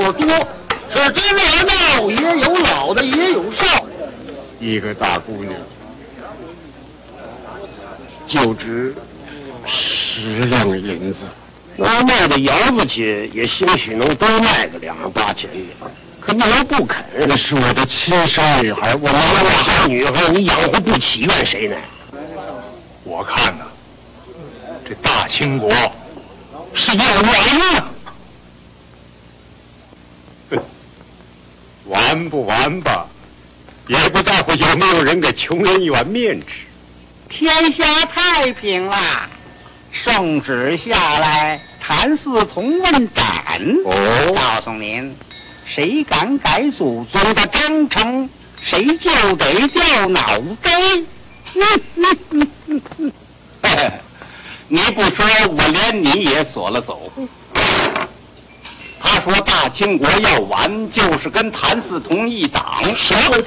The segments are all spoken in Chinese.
伙多，是真热闹，也有老的，也有少。 一个大姑娘就值10两银子， 那卖到窑子去，也兴许能多卖个2、8钱的。可你要不肯， 那是我的亲生女孩，我好女孩，你养活不起，怨谁呢？ 我看呢，这大清国是要完了。完不完吧，也不在乎有没有人给穷人一碗面吃。 天下太平了，圣旨下来，谭嗣同问斩。告诉您，谁敢改祖宗的章程，谁就得掉脑袋。你不说，我连你也锁了走。他说大清国要完，就是跟谭嗣同一党。什么？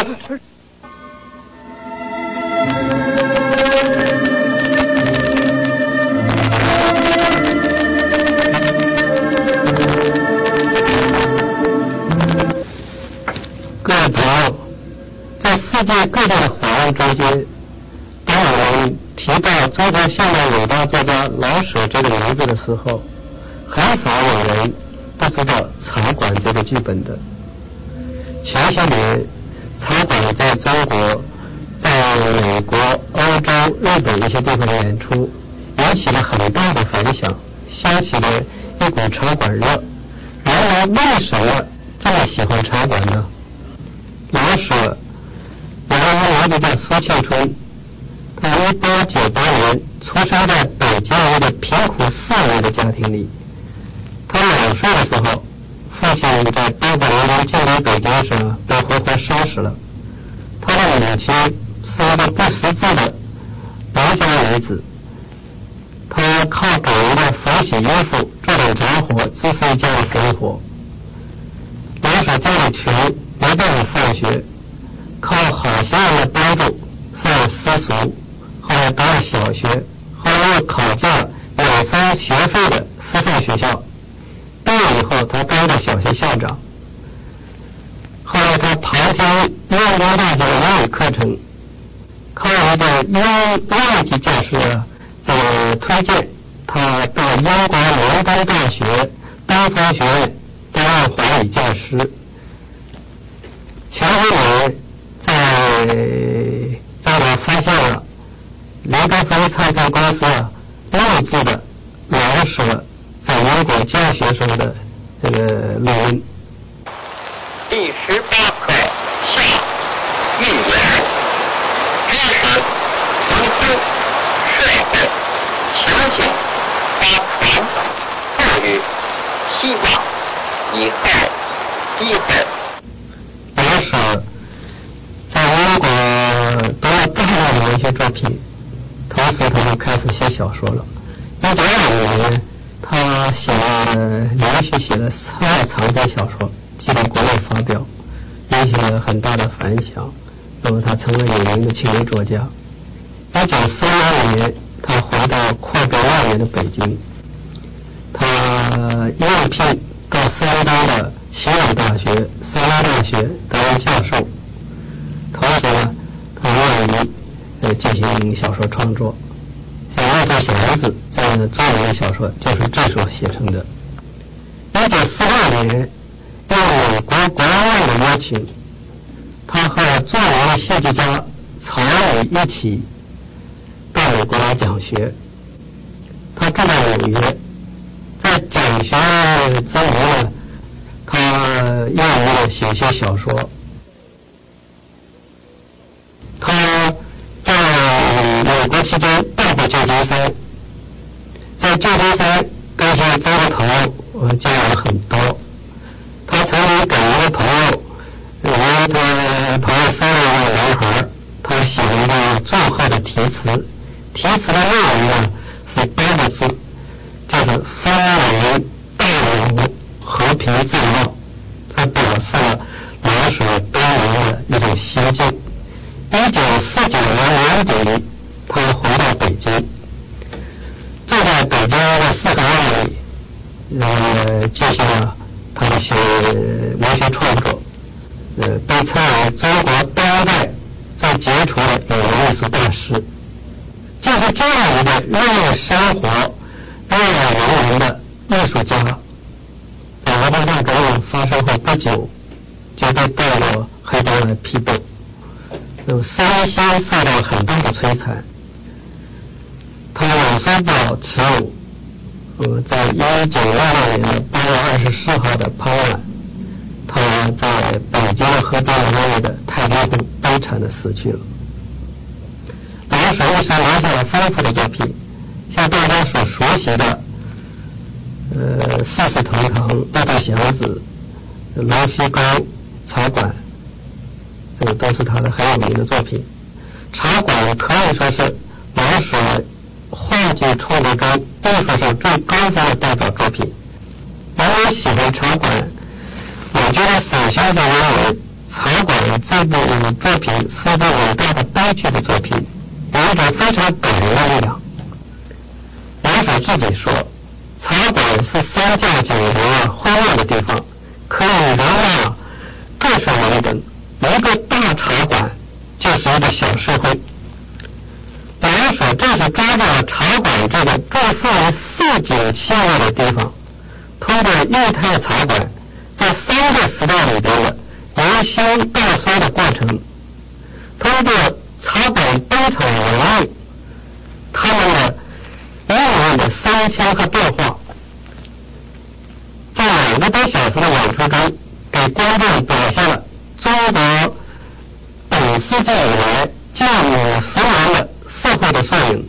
各位朋友，在世界各地的华人中间，当我们提到中国现代伟大作家老舍这个名字的时候，很少有人不知道茶馆这个剧本的。前些年，茶馆在中国、在美国、欧洲、日本一些地方演出，引起了很大的反响，掀起了一股茶馆热。然而，为什么这么喜欢茶馆呢？老舍原来名字叫苏庆春，他1898年出生在北京一个贫苦四人的家庭里。他2岁的时候，父亲在八国联军进攻北京时被活活烧死了。他的母亲是一个不识字的农家女子，他靠给人的缝洗衣服、做点杂活支持一家的生活。老舍家里穷，没办法上学，靠好些人的帮助上了私塾，后来读了小学，后来又考进了免收学费的师范学校。毕业以后，他当了小学校长。后来他旁听燕京大学的英语课程，靠一个英语级教师这个推荐，他到英国伦敦大学东方学院担任华语教师。前些年在中国发现了雷德芬唱片公司录制的老舍在英国教学时候的这个录音。 第18课下预言，知识、成思、率真、强行、发传、富裕、希望、以害、低害。 老舍在英国读了大量的文学作品，同时他就开始写小说了。1925年，他连续写了3个长篇小说，寄到国内发表，引起了很大的反响。那么他成为有名的青年作家。1932年，他回到阔别2年的北京，他应聘到山东的齐鲁大学、山东大学担任教授，同时呢，他愿意进行小说创作。像《骆驼小王子》这样的著名的小说就是这所写成的。1942年，应美国国务院的邀请，他和著名的戏剧家曹禺一起到美国来讲学。他住在纽约，在讲学之余呢，他愿意写些小说。他在美国期间到过旧金山，在旧金山跟些交的朋友交往很多。他曾经给一个朋友，他朋友生了一个男孩，他写了一个祝贺的题词，题词的内容呢是8个字，就是风云大武，和平自傲。这表示了老舍当年的一种心境。1949年年底，他回到北京，住在北京的4合院里，进行了他一些文学创作，被称为中国当代最杰出的语言艺术大师。就是这样一个热爱生活、热爱人文的艺术家，在文化大革命发生后不久，就被带到黑帮来批斗，身心受到很大的摧残。他有收到耻辱，在1966年的8月24号的傍晚，他在北京的河边1月的太平湖悲惨地死去了。老舍一生留下了丰富的作品，像大家所熟悉的四世同堂、二大祥子、龙须沟、茶馆，这个都是他的很有名的作品。茶馆可以说是老舍话剧创作中艺术上最高峰的代表作品。我喜欢茶馆，我觉得首先是因为茶馆这部作品是一部伟大的悲剧的作品，有一种非常感人的力量。老舍自己说，茶馆是三教九流欢乐的地方，可以容纳各色人等，一个大茶馆就是一个小社会。老舍正是抓住了茶馆这个最富于市井气味的地方，通过裕泰茶馆在3个时代里边的由兴到衰的过程，通过茶馆登场人物他们的命运的升迁和变化，在2个多小时的演出中，给观众表现了中国本世纪以来近50年的社会的缩影，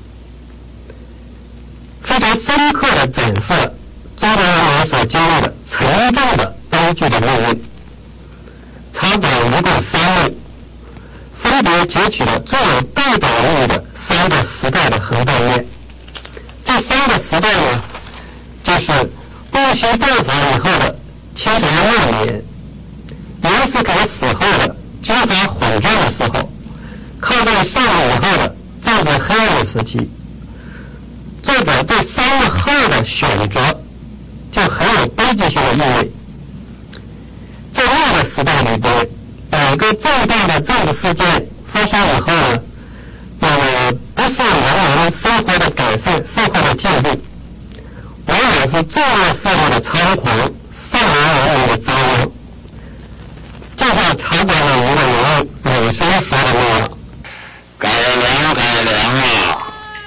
非常深刻地展示了中国人民所经历的沉重的悲剧的命运。茶馆一共3幕，分别截取了最有代表意义的3个时代的横断面。这3个时代呢，就是戊戌变法以后的清朝末年，袁世凯死后的军阀混战的时候，抗战胜利以后的政治黑暗时期。作者对3个后的选择就很有悲剧性的意味。在那个时代里边，每个重大的政治事件发生以后呢，不是人民生活的改善、社会的进步，往往是重要势力的猖狂、上流人民的遭殃。就像茶馆的一个人物李生说的那样， 改良改良啊，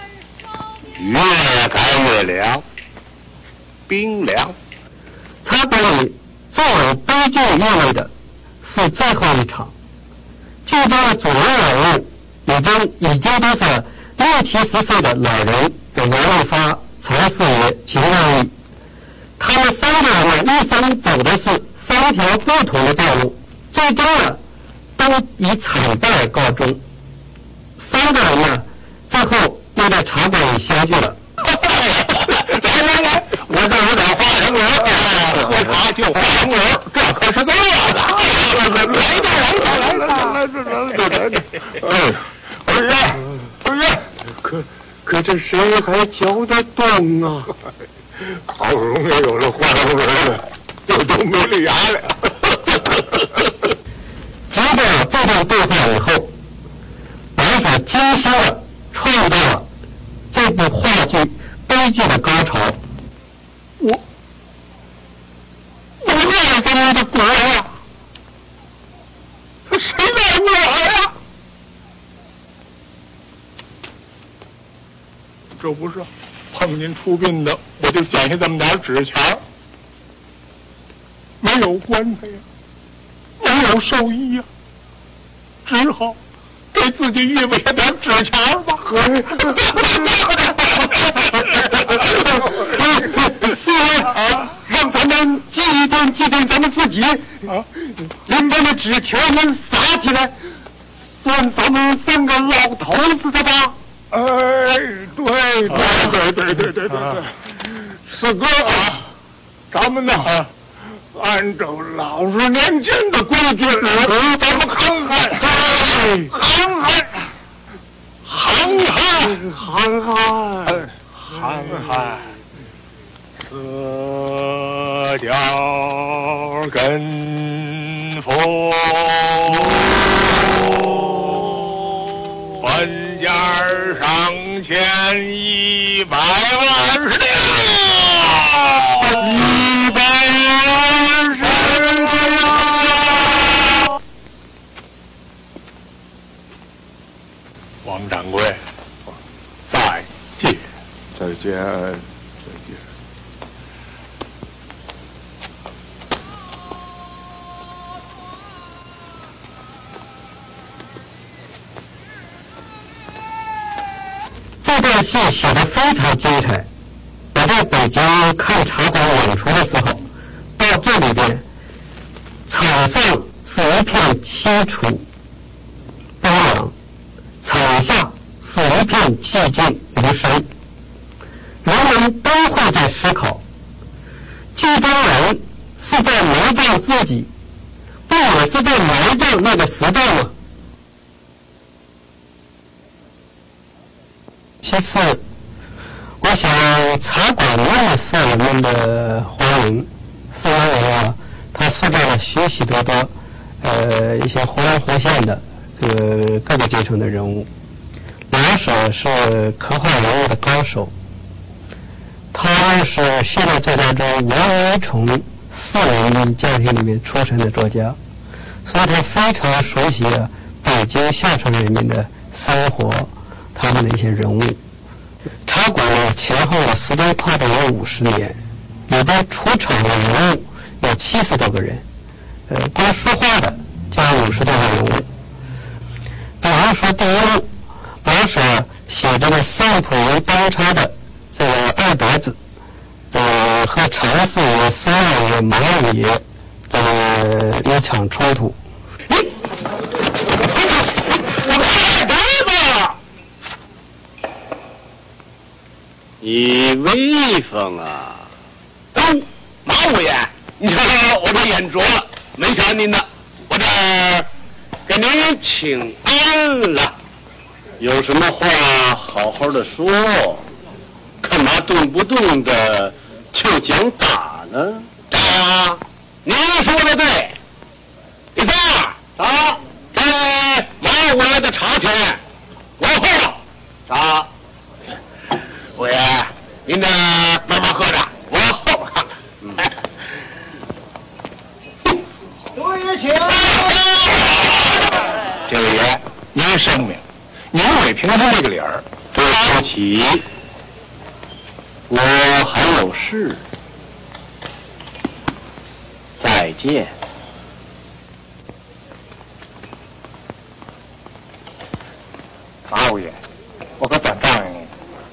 越改越凉，冰凉。 茶馆里最有悲剧意味的是最后一场，剧中的主要人物已经都是60-70岁的老人，有杨丽发、柴四爷、秦让义。他们3个人呢，一生走的是3条不同的道路，最终呢都以惨败告终。3个人呢，最后又在茶馆里相聚了。 来，我这有点花生油，我茶就花生油，这可是个乐子。可这谁还嚼得动啊？ 好不容易有了花生仁了，又都没了牙了。 直到这段对话以后，老舍精心地创造了这部话剧悲剧的高潮。我赖上你的鬼呀！谁赖我呀？ 这不是碰见出殡的，我就捡下这么点纸钱，没有棺材呀，没有寿衣呀，只好给自己预备下点纸钱吧。 让咱们祭奠咱们自己啊！您把那纸钱们撒起来，算咱们3个老头子的吧。 对，四哥啊，咱们呢，按照老实年间的规矩，咱们航海，4条跟佛，本家上前100万两，100万两。王掌柜，再见。再见，再见。 这段戏写得非常精彩。我在北京看茶馆演出的时候，到这里边，场上是一片凄楚悲凉，场下是一片寂静无声。人们都会在思考，剧中人是在埋葬自己，不也是在埋葬那个时代吗？其次，我想茶馆那么受人们的欢迎，是因为它塑造了许许多多一些活灵活现的这个各个阶层的人物。老舍是刻画人物的高手，他是现代作家中唯一从士人家庭里面出身的作家，所以他非常熟悉北京下层人民的生活，他们的一些人物。茶馆呢前后时间跨度有50年，里边出场的人物有70多个人，光说话的就有50多个人物。比方说第一幕，老舍写这个上浦为当差的这个二德子，这个和常侍爷、孙老爷、马老爷这个一场冲突。 你威风啊！哦，马五爷，你瞧我这眼拙了，没瞧您的，我这儿给您请安了。有什么话好好的说，干嘛动不动的就讲打呢？打，您说的对。李三打，这位马五爷的茶钱，往后了。茶。五爷，您这慢慢喝着，我后边。 多爷请。 这位爷，您圣明，您委凭他这个理儿。 对不起，我还有事。再见。 马五爷，我可短答应你。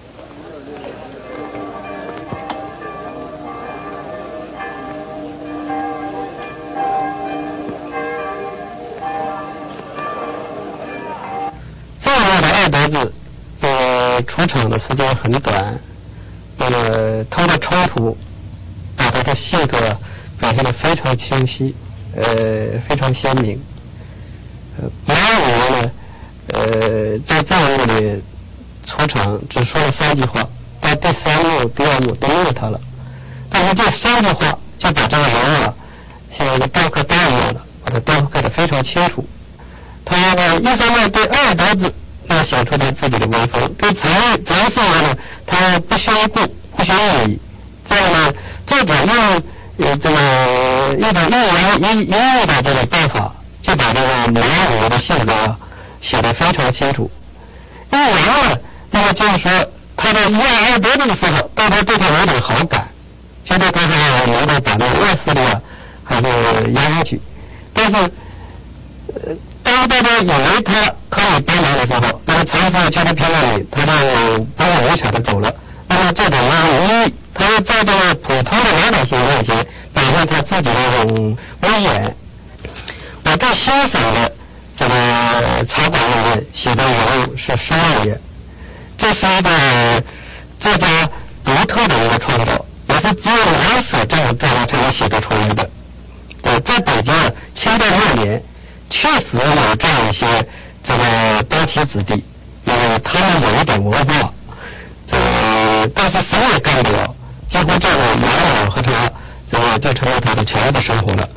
二德子这个出场的时间很短，那么他的冲突把他的性格表现得非常清晰，非常鲜明。马五呢，在这一幕里出场只说了3句话，到第3幕、第2幕都没有他了。但是这3句话就把这个人物像一个雕刻刀一样的，把它雕刻得非常清楚。他呢，一方面对二德子显出他自己的威风，对常侍爷呢，他不屑一顾，不屑恶意。这样呢，作者用这个一种一言的这个办法，就把这个马五的性格写得非常清楚。一言呢，那么就是说，他在压二德子的时候，对他有点好感，觉得他还能够把那个恶势力还是压下去。但是，当大家以为他可以帮忙的时候，那么常侍觉得偏了你，他就不顾一切的走了。那么这种无意，他又在这个普通的老百姓面前表现他自己的那种威严。我最欣赏的这个茶馆里面写的人物是孙老爷，这是一个作家独特的一个创作，也是只有老舍这样作家才能写得出来的。在北京清代末年，确实有这样一些这个当其子弟，因为他们有一点文化，但是什么也干不了，几乎这个养老和他这个就成了他的全部的生活了。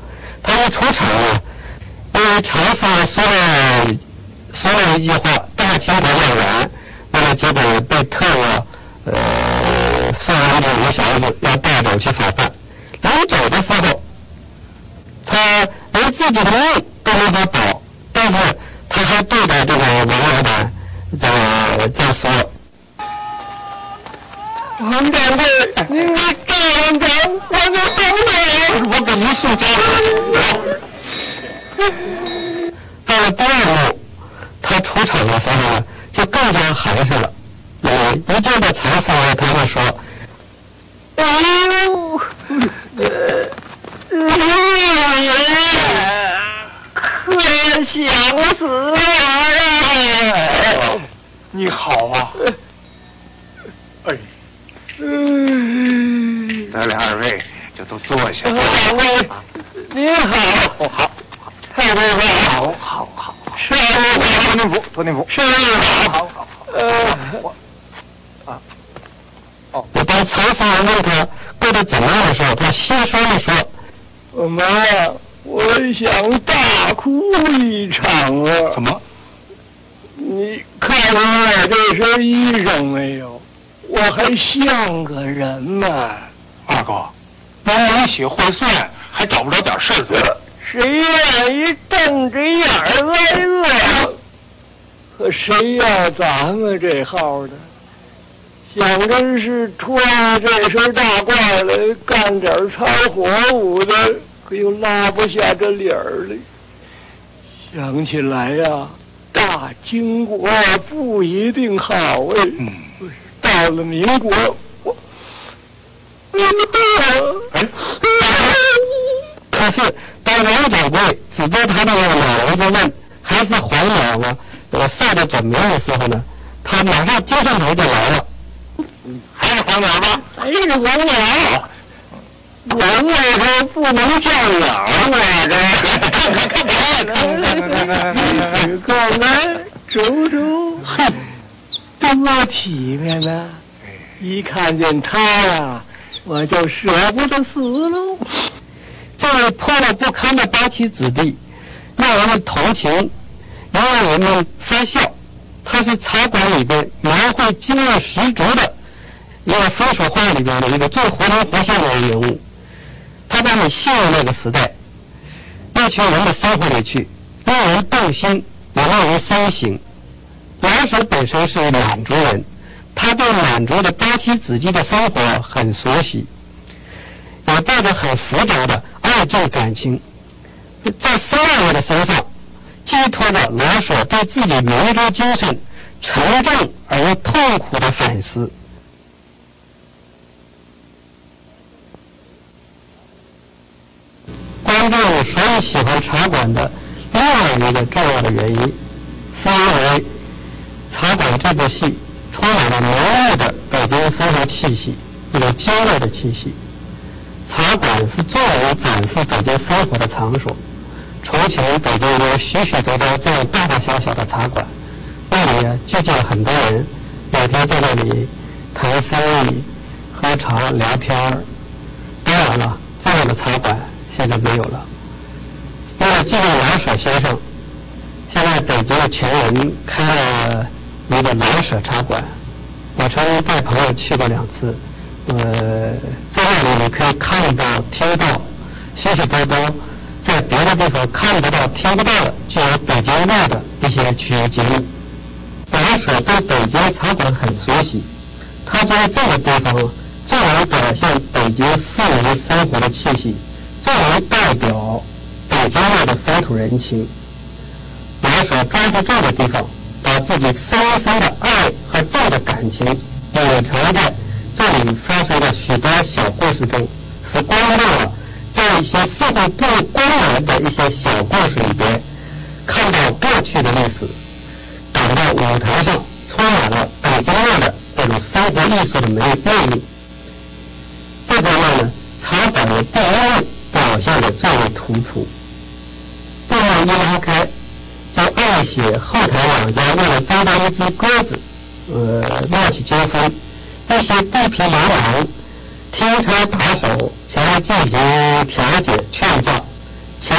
他一出场啊，因为常四说了一句话，大清国要完，那么结果被特务送来这五小子要带走去法办。临走的时候，他连自己的命都没法保，但是他还对待这个王老板在说：“ 王掌柜，您这大人长，我就懂了。 我给您送家到了第二幕，他出场的时候呢，就更加寒碜了。一见到常四爷，他就说：“ 哎呦，可想死了！ 你好啊！哎， 得了，二位就都坐下。 二位， 您好， 好， 太太好， 是托您福， 是好。 当常四爷问他过得怎么样的时候，他心酸地说：“ 我妈呀，我想大哭一场啊！ 怎么？ 你看看我这身衣裳没有？我还像个人吗？ 二哥，您没写会算，还找不着点事做？ 谁愿意瞪着眼儿挨饿呀？可谁要咱们这号的？想真是脱了这身大褂来干点操活物的，可又拉不下这脸儿来。想起来呀，大清国不一定好哎。到了民国，我， 可是当王掌柜指着他的那个老儿子问还是黄鸟呢，晒得准明的时候呢，他马上接上头就来了。 还是黄鸟吗？ 还是黄鸟。人外头不能叫鸟啊！你看看，周周，多体面呐！一看见他呀，我就舍不得死喽。 这位破落不堪的八旗子弟，让人们同情，也让人们发笑。他是茶馆里边描绘经验十足的一个风俗画里边的一个最活灵活现的人物。他把你陷入那个时代，那群人的生活里去，令人动心，也令人伤心。老舍本身是满族人，他对满族的八旗子弟的生活很熟悉，也带着很复杂的爱憎感情，在12爷的身上寄托着老舍对自己民族精神沉重而又痛苦的反思。观众所以喜欢茶馆的另外一个重要的原因，是因为茶馆这部戏充满了浓郁的北京生活气息，一种精锐的气息。茶馆是作为展示北京生活的场所。从前北京有许许多多这样大大小小的茶馆，那里聚集了很多人，每天在那里谈生意、喝茶、聊天儿。当然了，这样的茶馆现在没有了。为了纪念老舍先生，现在北京的前人开了一个老舍茶馆，我曾经带朋友去过2次。在那里你可以看到、听到许许多多在别的地方看不到、听不到的具有北京味的一些曲艺节目。老舍对北京茶馆很熟悉，他觉得这个地方最能表现北京市民生活的气息，最能代表北京味的风土人情。老舍抓住这个地方，把自己深深的爱和憎的感情隐藏在这里发生的许多小故事中，使观众在一些似乎不光然的一些小故事里边，看到过去的历史，感到舞台上充满了北京味的那种生活艺术的魅力。这方面呢，茶馆的第1幕表现的最为突出。布幕一拉开，就暗写后台两家为了招到一只鸽子，闹起纠纷。一些地痞流氓听差打手前来进行调解劝架，前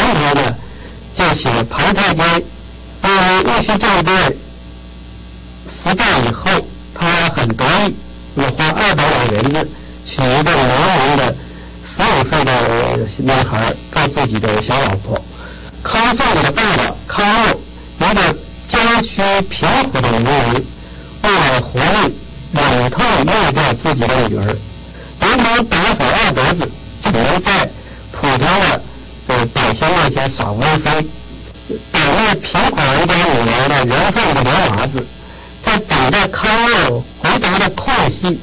头呢就写庞太监，因为戊戌政变失败以后，他很得意，花200两银子娶一个农民的15岁的女孩做自己的小老婆。康宋的爸爸康佑，一个家居贫苦的农民，为了活命，忍痛卖掉自己的女儿，连同打扫二德子，只能在普通的百姓面前耍威风，打那贫苦人家女儿的人贩子刘麻子，在等待康佑回答的空隙，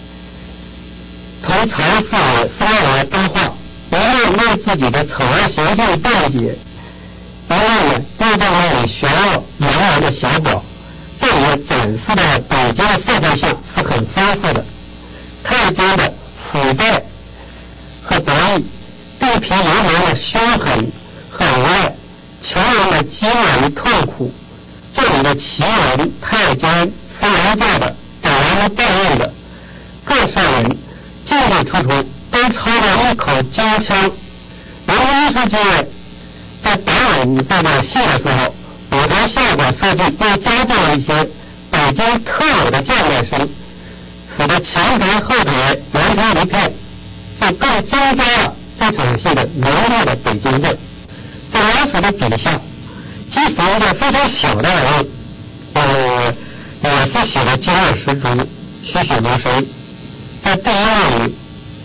同曹四爷松来搭话，一面为自己的丑恶行径辩解，一面呢遇到那里玄奥洋洋的小宝，这也展示了北京社会上是很丰富的。太监的腐败和得意，地痞流氓的凶狠和无赖，穷人的饥饿与痛苦，这里的奇人、太监、吃人价的、给人报应的，各色人进进出出都操着一口京腔。然后艺术界在导演这个戏的时候，舞台效果设计又加进了一些北京特有的叫卖声，使得前台后台完成一片，就更增加了这场戏的浓烈的北京味。在老舍的笔下，即使一个非常小的人物，也是写的惊味十足，栩栩如生。在第一幕里，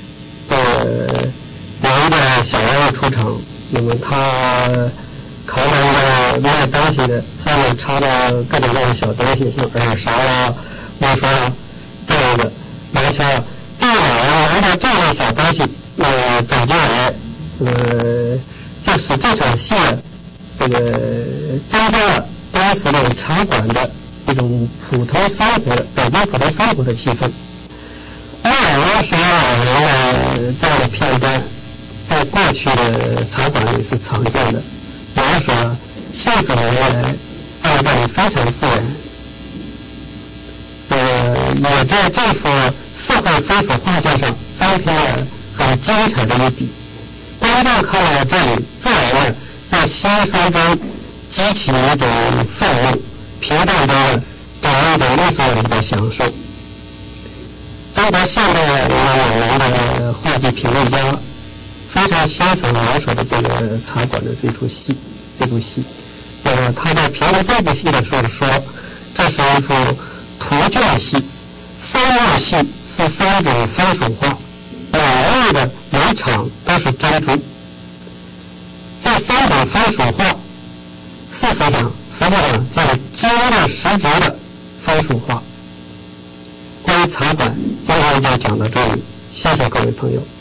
有一个小人物出场，那么他扛着一个东西的，上面插着各种各样的小东西，像耳勺啊、摸刷啊，这样的拿枪啊，这样的人拿着这样小东西，走进来，就使这场戏这个增加了当时的茶馆的一种普通生活的北京普通生活的气氛。212老人这样的片段，在过去的茶馆里是常见的。老舍信手拈来，二段非常自然。也在这幅社会风俗画卷上增添了很精彩的一笔。观众看到这里，自然的在心酸中激起一种愤怒，平淡中得一种艺术里的享受。中国现代有名的话剧评论家非常欣赏老舍的这个茶馆的这出戏。他在评论这部戏的时候说，这是一幅图卷戏，3幕戏是3种风俗画，每幕的每场都是珍珠。这3种风俗画，事实上就是经验十足的风俗画。关于茶馆，今天就讲到这里，谢谢各位朋友。